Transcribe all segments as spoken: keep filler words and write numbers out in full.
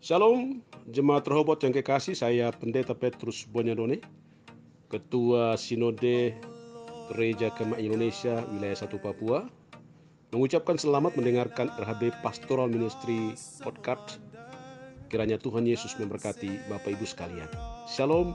Shalom, Jemaat Rehoboth yang kekasih, saya Pendeta Petrus Bonyadone, Ketua Sinode Gereja Kemah Indonesia Wilayah satu Papua, mengucapkan selamat mendengarkan R H B Pastoral Ministry Podcast. Kiranya Tuhan Yesus memberkati Bapak Ibu sekalian. Shalom.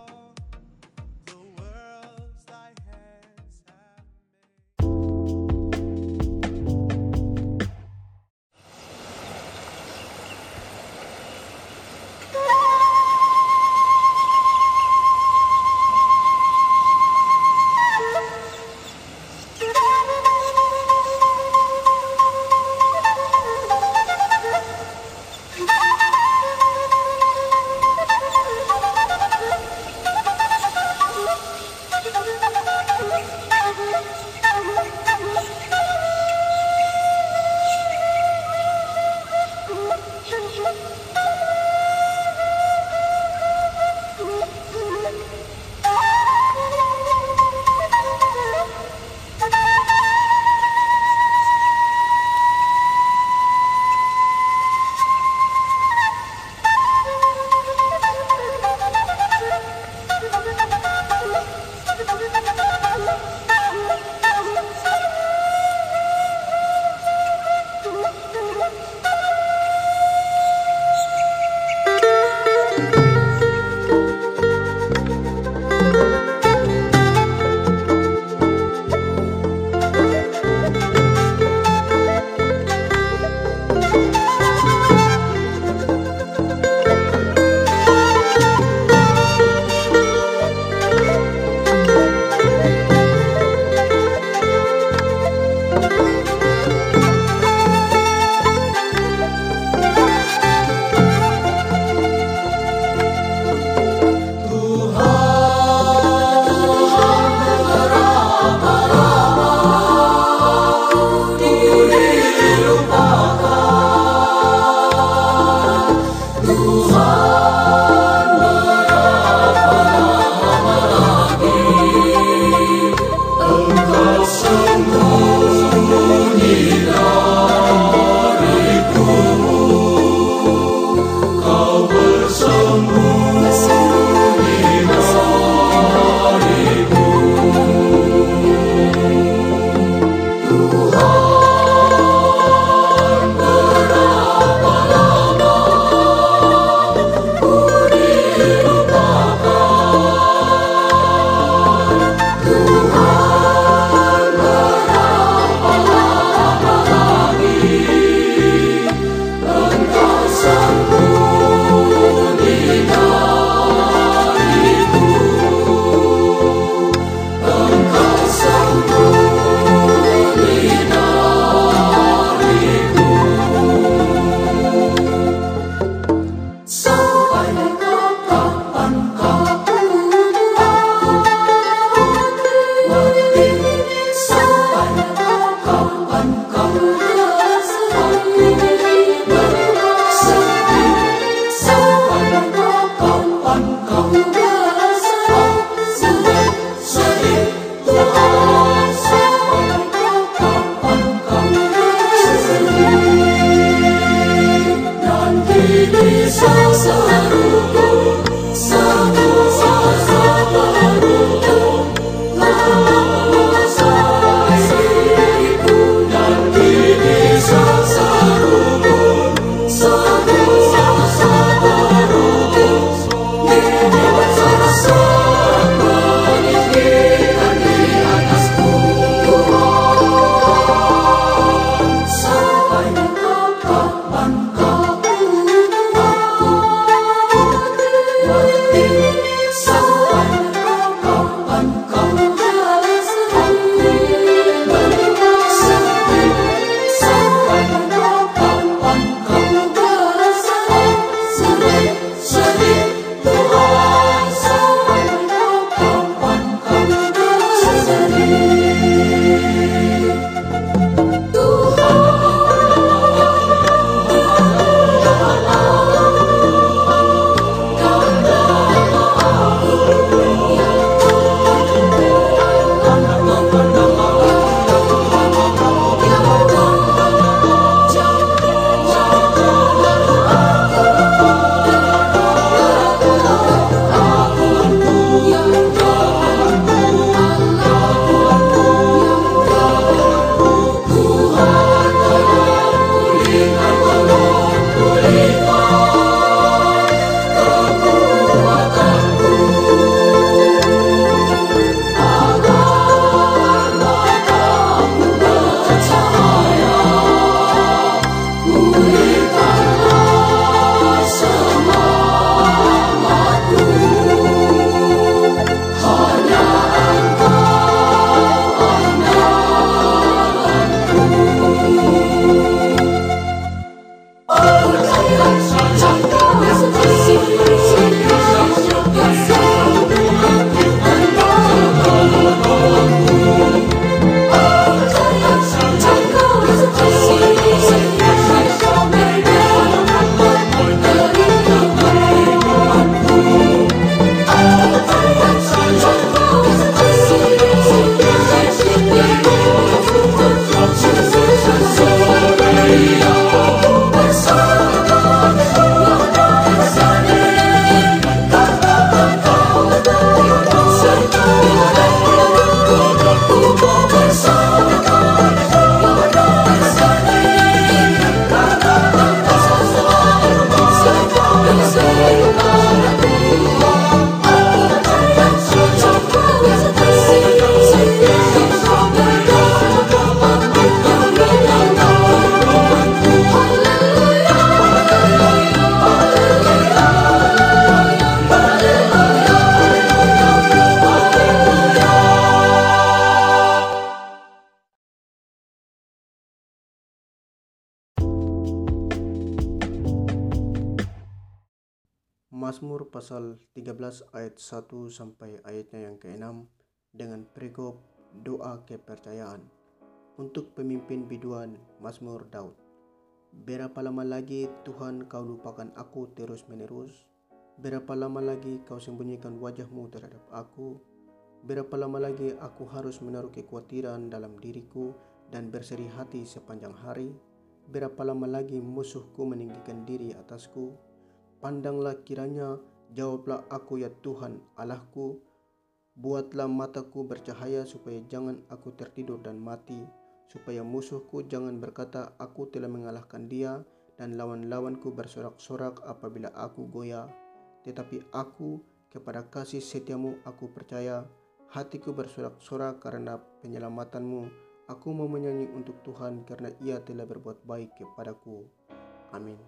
Mazmur pasal tiga belas ayat satu sampai ayatnya yang keenam dengan perikop doa kepercayaan. Untuk pemimpin biduan Mazmur Daud. Berapa lama lagi Tuhan kau lupakan aku terus menerus? Berapa lama lagi kau sembunyikan wajahmu terhadap aku? Berapa lama lagi aku harus menaruh kekhawatiran dalam diriku dan bersedih hati sepanjang hari? Berapa lama lagi musuhku meninggikan diri atasku? Pandanglah kiranya, jawablah aku ya Tuhan Allahku. Buatlah mataku bercahaya supaya jangan aku tertidur dan mati, supaya musuhku jangan berkata aku telah mengalahkan dia, dan lawan-lawanku bersorak-sorak apabila aku goyah. Tetapi aku kepada kasih setiamu aku percaya, hatiku bersorak-sorak karena penyelamatanmu. Aku mau menyanyi untuk Tuhan karena ia telah berbuat baik kepadaku. Amin.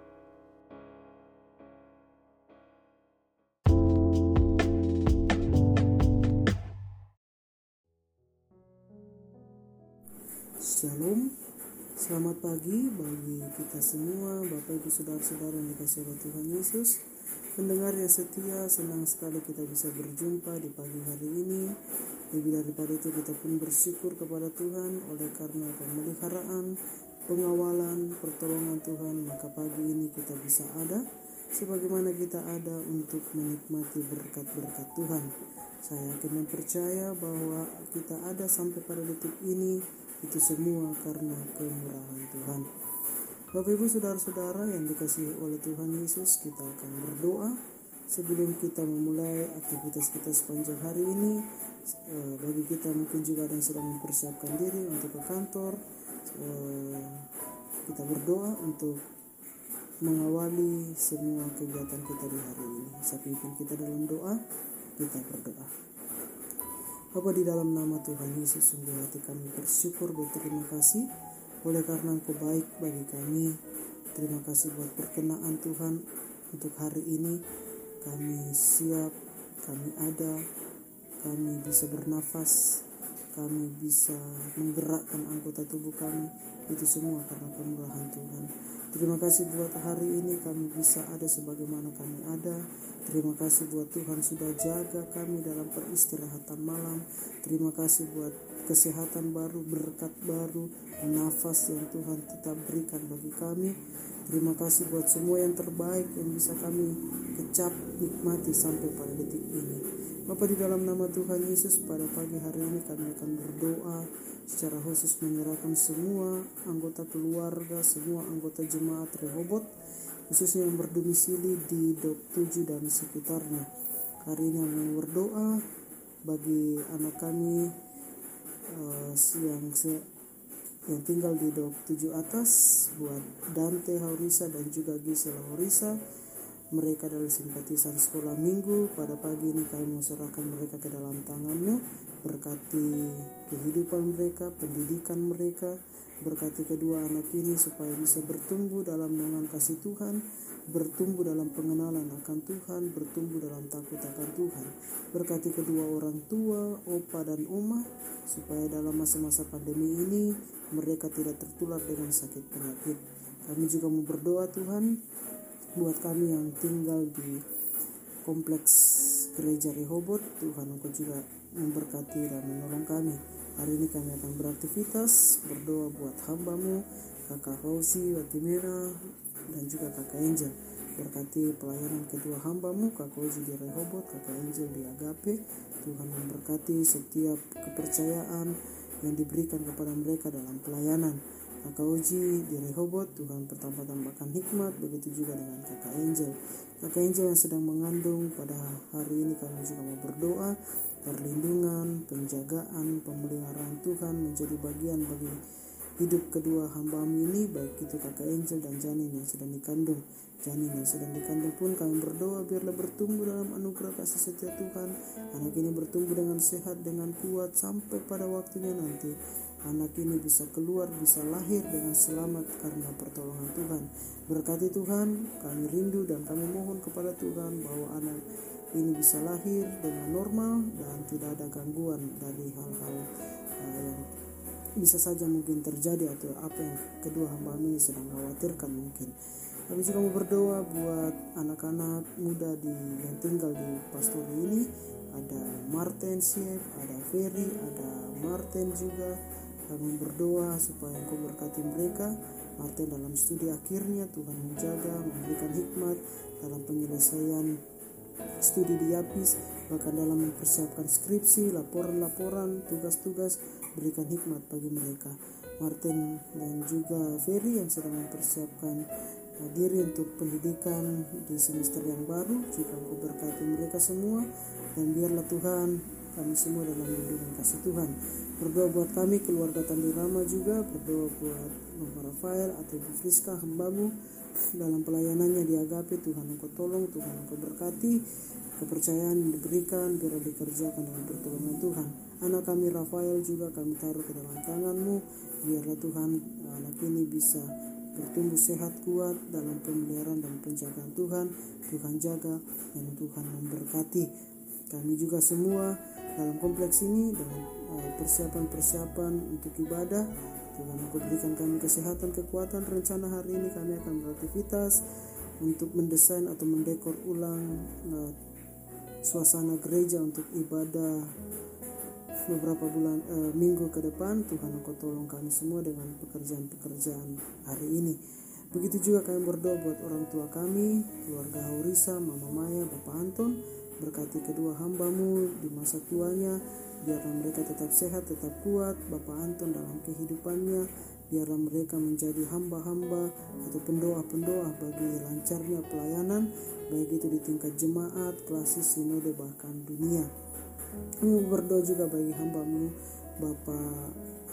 Shalom, selamat pagi bagi kita semua, Bapak Ibu Saudara-saudara yang dikasihi oleh Tuhan Yesus. Pendengar yang setia, senang sekali kita bisa berjumpa di pagi hari ini. Lebih daripada itu kita pun bersyukur kepada Tuhan oleh karena pemeliharaan, pengawalan, pertolongan Tuhan. Maka pagi ini kita bisa ada sebagaimana kita ada untuk menikmati berkat-berkat Tuhan. Saya yakin dan percaya bahwa kita ada sampai pada detik ini itu semua karena kemurahan Tuhan. Bapak Ibu Saudara-saudara yang dikasihi oleh Tuhan Yesus, kita akan berdoa sebelum kita memulai aktivitas kita sepanjang hari ini. Eh, bagi kita mungkin juga ada yang sedang mempersiapkan diri untuk ke kantor, eh, kita berdoa untuk mengawali semua kegiatan kita di hari ini. Saya pimpin kita dalam doa, kita berdoa. Bapa, di dalam nama Tuhan Yesus, sungguh hati kami bersyukur, berterima kasih oleh karena Engkau baik bagi kami. Terima kasih buat perkenaan Tuhan untuk hari ini. Kami siap, kami ada, kami bisa bernafas, kami bisa menggerakkan anggota tubuh kami. Itu semua karena kemurahan Tuhan. Terima kasih buat hari ini kami bisa ada sebagaimana kami ada. Terima kasih buat Tuhan sudah jaga kami dalam peristirahatan malam. Terima kasih buat kesehatan baru, berkat baru, nafas yang Tuhan tetap berikan bagi kami. Terima kasih buat semua yang terbaik yang bisa kami kecap nikmati sampai pada detik ini. Bapa, di dalam nama Tuhan Yesus, pada pagi hari ini kami akan berdoa secara khusus menyerahkan semua anggota keluarga, semua anggota jemaat Rehoboth, khususnya yang berdomisili di Dok tujuh dan sekitarnya. Hari ini kami berdoa bagi anak kami uh, yang se- yang tinggal di Dok tujuh atas, buat Dante Haurisa dan juga Gisela Haurisa. Mereka adalah simpatisan sekolah minggu. Pada pagi ini kami menserahkan mereka ke dalam tangan-Mu. Berkati kehidupan mereka, pendidikan mereka. Berkati kedua anak ini supaya bisa bertumbuh dalam naungan kasih Tuhan, bertumbuh dalam pengenalan akan Tuhan, bertumbuh dalam takut akan Tuhan. Berkati kedua orang tua, opa dan oma, supaya dalam masa-masa pandemi ini mereka tidak tertular dengan sakit penyakit. Kami juga mau berdoa Tuhan buat kami yang tinggal di kompleks gereja Rehoboth. Tuhan, Engkau juga memberkati dan menolong kami. Hari ini kami akan beraktivitas berdoa buat hamba-Mu Kakak Fauzi Watimena dan juga Kakak Angel. Berkati pelayanan kedua hamba-Mu, Kakak Fauzi di Rehoboth, Kakak Angel di Agape. Tuhan memberkati setiap kepercayaan yang diberikan kepada mereka dalam pelayanan. Kakak Uji di Rehoboth, Tuhan bertambah-tambahkan hikmat, begitu juga dengan Kakak Angel. Kakak Angel yang sedang mengandung pada hari ini kami juga mau berdoa, perlindungan, penjagaan, pemeliharaan Tuhan menjadi bagian bagi hidup kedua hamba-Mu ini, baik itu Kakak Angel dan janin yang sedang dikandung. Janin yang sedang dikandung pun kami berdoa biarlah bertumbuh dalam anugerah kasih setia Tuhan. Anak ini bertumbuh dengan sehat, dengan kuat sampai pada waktunya nanti. Anak ini bisa keluar, bisa lahir dengan selamat karena pertolongan Tuhan. Berkati Tuhan, kami rindu dan kami mohon kepada Tuhan bahwa anak ini bisa lahir dengan normal dan tidak ada gangguan dari hal-hal uh, yang bisa saja mungkin terjadi atau apa yang kedua hamba ini sedang khawatirkan mungkin. Kami juga mau berdoa buat anak-anak muda di yang tinggal di Pastori ini. Ada Martin Siep, ada Ferry, ada Martin juga. Kami berdoa supaya Engkau berkati mereka. Martin dalam studi akhirnya, Tuhan menjaga, memberikan hikmat dalam penyelesaian studi di Yapis, bahkan dalam mempersiapkan skripsi, laporan-laporan, tugas-tugas, berikan hikmat bagi mereka. Martin dan juga Ferry yang sedang mempersiapkan uh, diri untuk pendidikan di semester yang baru, juga Engkau berkati mereka semua, dan biarlah Tuhan kami semua dalam lindungan kasih Tuhan. Berdoa buat kami keluarga Tandi Rama juga, berdoa buat Bapak Rafael atau Ibu Friska hambamu dalam pelayanannya di Agape. Tuhan Engkau tolong, Tuhan Engkau berkati, kepercayaan yang diberikan biar dikerjakan dalam pertolongan Tuhan. Anak kami Rafael juga kami taruh ke dalam tangan-Mu, biarlah Tuhan anak ini bisa bertumbuh sehat kuat dalam pemeliharaan dan penjagaan Tuhan. Tuhan jaga dan Tuhan memberkati kami juga semua dalam kompleks ini dengan uh, persiapan-persiapan untuk ibadah. Tuhan Engkau berikan kami kesehatan, kekuatan. Rencana hari ini kami akan beraktivitas untuk mendesain atau mendekor ulang uh, suasana gereja untuk ibadah beberapa bulan uh, minggu ke depan. Tuhan Engkau tolong kami semua dengan pekerjaan-pekerjaan hari ini. Begitu juga kami berdoa buat orang tua kami, keluarga Haurisa, Mama Maya, Bapak Anton. Berkati kedua hamba-Mu di masa tuanya, biarlah mereka tetap sehat, tetap kuat. Bapak Anton dalam kehidupannya, biarlah mereka menjadi hamba-hamba atau pendoa-pendoa bagi lancarnya pelayanan, baik itu di tingkat jemaat, klasis, sinode, bahkan dunia. Kami berdoa juga bagi hamba-Mu Bapak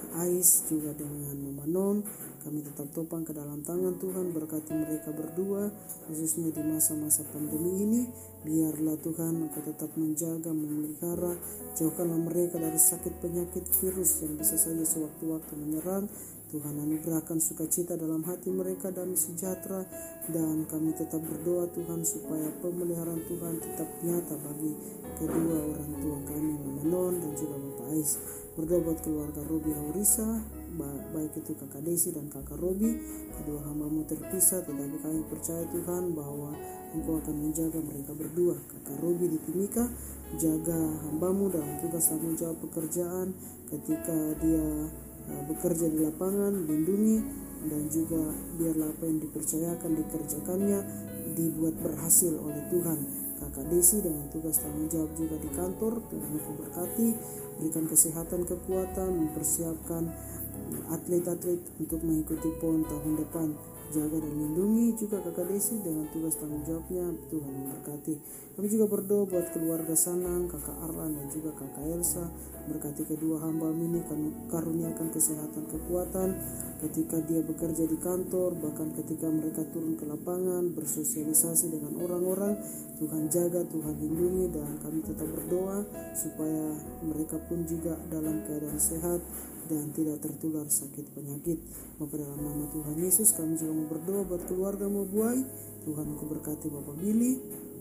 Ais juga dengan Mama Non. Kami tetap topang ke dalam tangan Tuhan, berkati mereka berdua khususnya di masa-masa pandemi ini. Biarlah Tuhan Engkau tetap menjaga, memelihara, jauhkanlah mereka dari sakit penyakit virus yang bisa saja sewaktu-waktu menyerang. Tuhan anugerahkan sukacita dalam hati mereka, damai sejahtera, dan kami tetap berdoa Tuhan supaya pemeliharaan Tuhan tetap nyata bagi kedua orang tua kami, Mama Non dan juga Bapak Ais. Berdoa buat keluarga Robi Haurisa, baik itu kakak Desi dan kakak Robi, kedua hamba-Mu terpisah, tetapi kami percaya Tuhan bahwa Engkau akan menjaga mereka berdua. Kakak Robi di Timika, jaga hamba-Mu dalam tugas tanggung jawab pekerjaan ketika dia uh, bekerja di lapangan, lindungi, dan juga biarlah apa yang dipercayakan dikerjakannya dibuat berhasil oleh Tuhan. Kakak Desi dengan tugas tanggung jawab juga di kantor, Tuhan Engkau berkati, berikan kesehatan, kekuatan, mempersiapkan atlet-atlet untuk mengikuti P O N tahun depan. Jaga dan lindungi juga kakak Desi dengan tugas tanggung jawabnya, Tuhan memberkati. Kami juga berdoa buat keluarga Sanang, kakak Arlan dan juga kakak Elsa. Berkati kedua hamba ini, karuniakan kesehatan, kekuatan ketika dia bekerja di kantor, bahkan ketika mereka turun ke lapangan bersosialisasi dengan orang-orang. Tuhan jaga, Tuhan lindungi, dan kami tetap berdoa supaya mereka pun juga dalam keadaan sehat dan tidak tertular sakit penyakit. Bapa dalam nama Tuhan Yesus, kami juga mau berdoa buat keluarga Mobuai. Tuhan Engkau berkati Bapak Billy,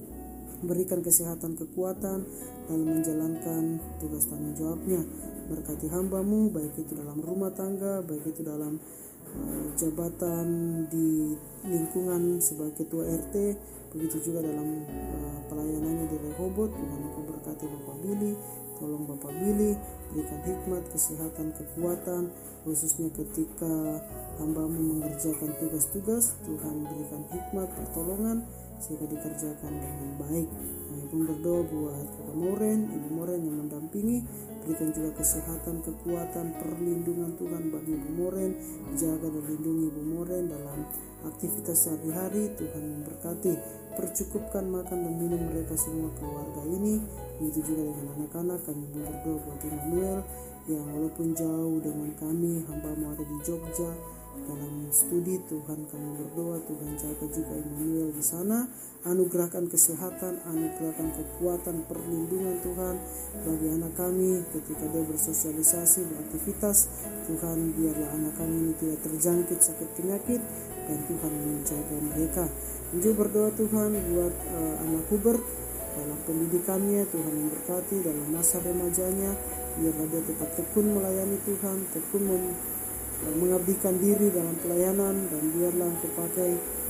berikan kesehatan, kekuatan dalam menjalankan tugas tanggung jawabnya. Berkati hamba-Mu baik itu dalam rumah tangga, baik itu dalam uh, jabatan di lingkungan sebagai ketua R T, begitu juga dalam uh, pelayanannya di Rehoboth. Tuhan Engkau berkati Bapak Billy, tolong Bapak Billy, berikan hikmat, kesehatan, kekuatan, khususnya ketika hamba-Mu mengerjakan tugas-tugas. Tuhan berikan hikmat, pertolongan, sehingga dikerjakan dengan baik. Kami pun berdoa buat Kakak Moren, Ibu Moren yang mendampingi, berikan juga kesehatan, kekuatan, perlindungan Tuhan bagi Ibu Moren, jaga dan lindungi Ibu Moren dalam aktivitas sehari-hari. Tuhan memberkati, percukupkan makan dan minum mereka semua keluarga ini. Begitu juga dengan anak-anak. Kami pun berdoa buat Immanuel yang walaupun jauh dengan kami, hamba-Mu ada di Jogja dalam studi. Tuhan kami berdoa, Tuhan jaga juga Immanuel di sana, anugerahkan kesehatan, anugerahkan kekuatan, perlindungan Tuhan bagi anak kami ketika dia bersosialisasi, beraktivitas. Tuhan biarlah anak kami ini tidak terjangkit sakit penyakit, dan Tuhan menjaga mereka. Dan juga berdoa Tuhan buat uh, anak Hubert dalam pendidikannya. Tuhan memberkati dalam masa remajanya, biarlah dia tetap tekun melayani Tuhan, tekun mem- mengabdikan diri dalam pelayanan, dan biarlah Engkau pakai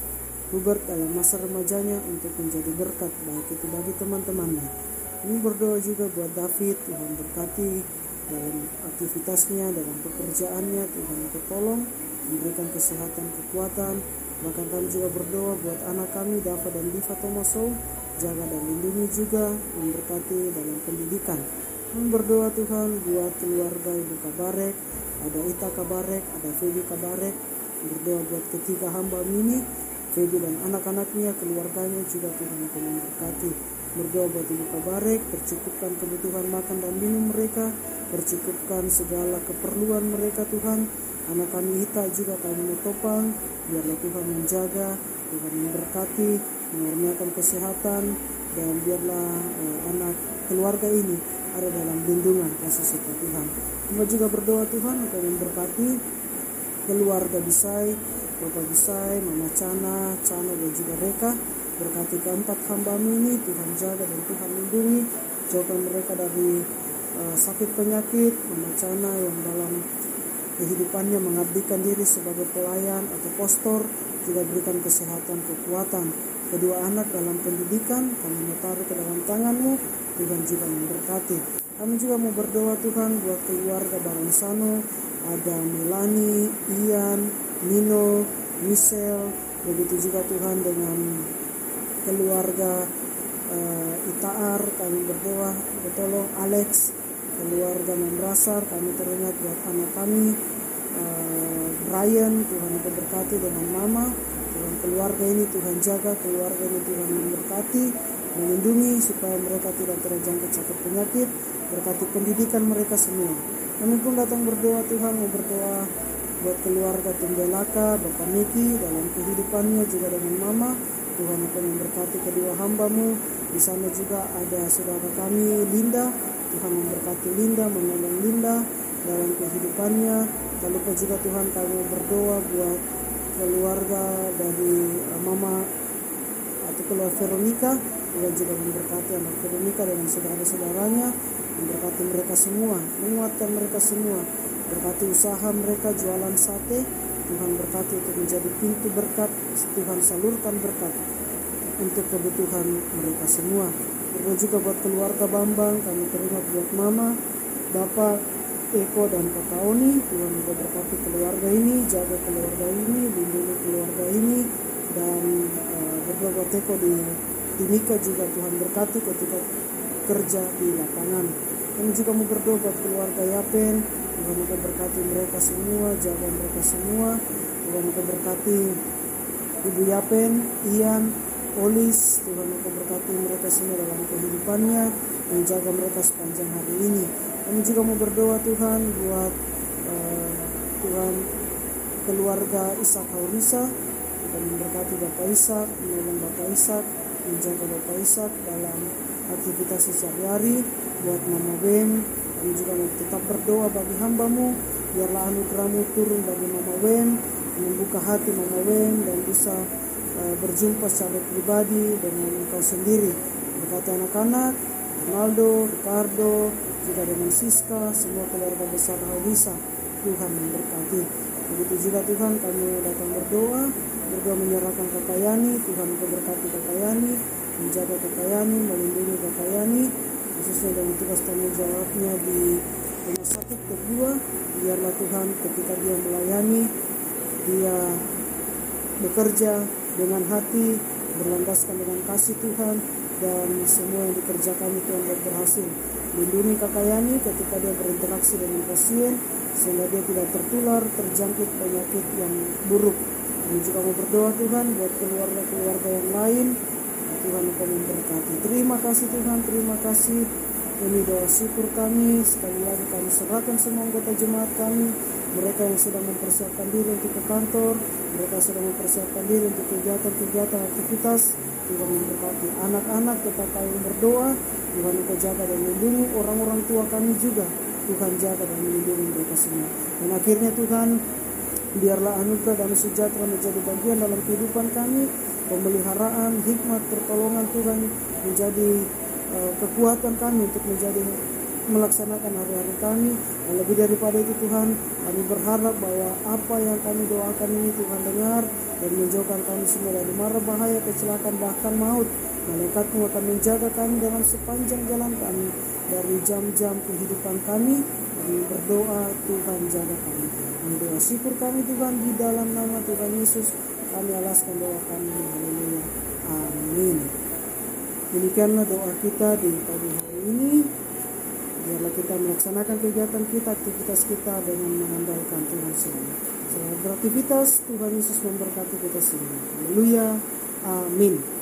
Hubert dalam masa remajanya untuk menjadi berkat baik itu bagi teman-temannya. Kami berdoa juga buat David, Tuhan berkati dalam aktivitasnya, dalam pekerjaannya, Tuhan tolong memberikan kesehatan, kekuatan. Bahkan kami juga berdoa buat anak kami Dava dan Diva Tomaso, jaga dan lindungi juga, memberkati dalam pendidikan. Kami berdoa Tuhan buat keluarga Ibu Kabarek, ada Ita Kabarek, ada Feby Kabarek. Berdoa buat ketiga hamba ini, Feby dan anak-anaknya, keluarganya juga Tuhan akan memberkati. Berdoa buat Ibu Kabarek, tercukupkan kebutuhan makan dan minum mereka, tercukupkan segala keperluan mereka Tuhan. Anak kami Ita juga kami mau topang, biarlah Tuhan menjaga, Tuhan memberkati, mengurniakan kesehatan, dan biarlah eh, anak keluarga ini ada dalam lindungan kasih serta Tuhan. Kami juga berdoa Tuhan untuk memberkati keluarga Bisai, Bapak Bisai, Mama Cana, Cana dan juga Reka. Berkati keempat hamba-Mu ini, Tuhan jaga dan Tuhan lindungi, jauhkan mereka dari uh, sakit penyakit. Mama Cana yang dalam kehidupannya mengabdikan diri sebagai pelayan atau pastor, juga berikan kesehatan, kekuatan. Kedua anak dalam pendidikan, kami mau taruh ke dalam tangan-Mu, Tuhan juga memberkati. Kami juga mau berdoa Tuhan buat keluarga Baransano, ada Melani, Ian, Nino, Michelle, begitu juga Tuhan dengan keluarga uh, Itaar, kami berdoa, bertolong Alex, keluarga Membrasar, kami teringat buat anak kami uh, Brian, Tuhan berkati dengan Mama, Tuhan keluarga ini Tuhan jaga, keluarga ini Tuhan memberkati, melindungi supaya mereka tidak terjangkit sakit penyakit, berkati pendidikan mereka semua. Kami pun datang berdoa Tuhan, mau berdoa buat keluarga Tumbelaka, Bapak Niki dalam kehidupannya juga dengan Mama. Tuhan akan memberkati kedua hamba-Mu. Di sana juga ada saudara kami Linda. Tuhan memberkati Linda, menolong Linda dalam kehidupannya. Tak lupa juga Tuhan kami berdoa buat keluarga dari Mama atau keluarga Veronica. Tuhan juga memberkati anak Veronica dengan saudara-saudaranya, memberkati mereka semua, menguatkan mereka semua, berkati usaha mereka jualan sate. Tuhan berkati untuk menjadi pintu berkat, Tuhan salurkan berkat untuk kebutuhan mereka semua. Berdoa juga buat keluarga Bambang, kami teringat buat Mama, Bapak Eko dan Kakak Oni. Tuhan juga berkati keluarga ini, jaga keluarga ini, lindungi keluarga ini, dan uh, berdoa buat Eko di Timika juga Tuhan berkati ketika kerja di lapangan. Kami juga mau berdoa buat keluarga Yapen, Tuhan juga berkati mereka semua, jaga mereka semua. Tuhan juga berkati Ibu Yapen, Ian, Olis, Tuhan juga berkati mereka semua dalam kehidupannya, menjaga mereka sepanjang hari ini. Kami juga mau berdoa Tuhan buat uh, Tuhan keluarga Ishak Haurisa, Tuhan memberkati Bapak Ishak, menolong Bapak Ishak, menjaga Bapak Ishak dalam aktivitas sehari-hari. Buat Mama Wem, kami juga mau tetap berdoa bagi hamba-Mu, biarlah anugerah-Mu turun bagi Mama Wem, membuka hati Mama Wem dan bisa uh, berjumpa secara pribadi dengan Engkau sendiri. Berkati anak-anak, Ronaldo, Ricardo, juga dengan Siska, semua keluarga besar Haurisa, Tuhan memberkati. Begitu juga Tuhan kami datang berdoa, berdoa menyerahkan Kakak Yani, Tuhan memberkati Kakak Yani, menjaga Kakak Yani, melindungi Kakak Yani, khususnya dengan tugas tanggung jawabnya di rumah sakit kedua. Biarlah Tuhan ketika dia melayani, dia bekerja dengan hati, berlandaskan dengan kasih Tuhan, dan semua yang dikerjakan itu yang berhasil. Lindungi Kakak Yani ketika dia berinteraksi dengan pasien, sehingga dia tidak tertular, terjangkit penyakit yang buruk. Kami juga mau berdoa Tuhan buat keluarga-keluarga yang lain, Tuhan akan memberkati. Terima kasih Tuhan, terima kasih. Ini doa syukur kami. Sekali lagi kami serahkan semua anggota jemaat kami, mereka yang sedang mempersiapkan diri untuk ke kantor, mereka sedang mempersiapkan diri untuk kegiatan-kegiatan aktivitas. Tuhan memberkati anak-anak, tetap kami berdoa, Tuhan Engkau jaga dan melindungi orang-orang tua kami juga. Tuhan jaga dan melindungi mereka semua. Dan akhirnya Tuhan, biarlah anugerah dan sejahtera menjadi bagian dalam kehidupan kami. Pemeliharaan, hikmat, pertolongan Tuhan menjadi uh, kekuatan kami untuk menjadi melaksanakan hari-hari kami. Dan lebih daripada itu Tuhan, kami berharap bahwa apa yang kami doakan ini Tuhan dengar dan menjauhkan kami semua dari mara bahaya, kecelakaan, bahkan maut. Malaikat-Mu akan menjaga kami dalam sepanjang jalan kami, dari jam-jam kehidupan kami. Kami berdoa, Tuhan jaga kami. Dan doa syukur kami Tuhan di dalam nama Tuhan Yesus, kami alaskan doa kami. Haleluya. Amin. Demikianlah doa kita di pagi hari ini. Biarlah kita melaksanakan kegiatan kita, aktivitas kita dengan mengandalkan Tuhan semua. Selamat beraktivitas, Tuhan Yesus memberkati kita semua. Haleluya. Amin.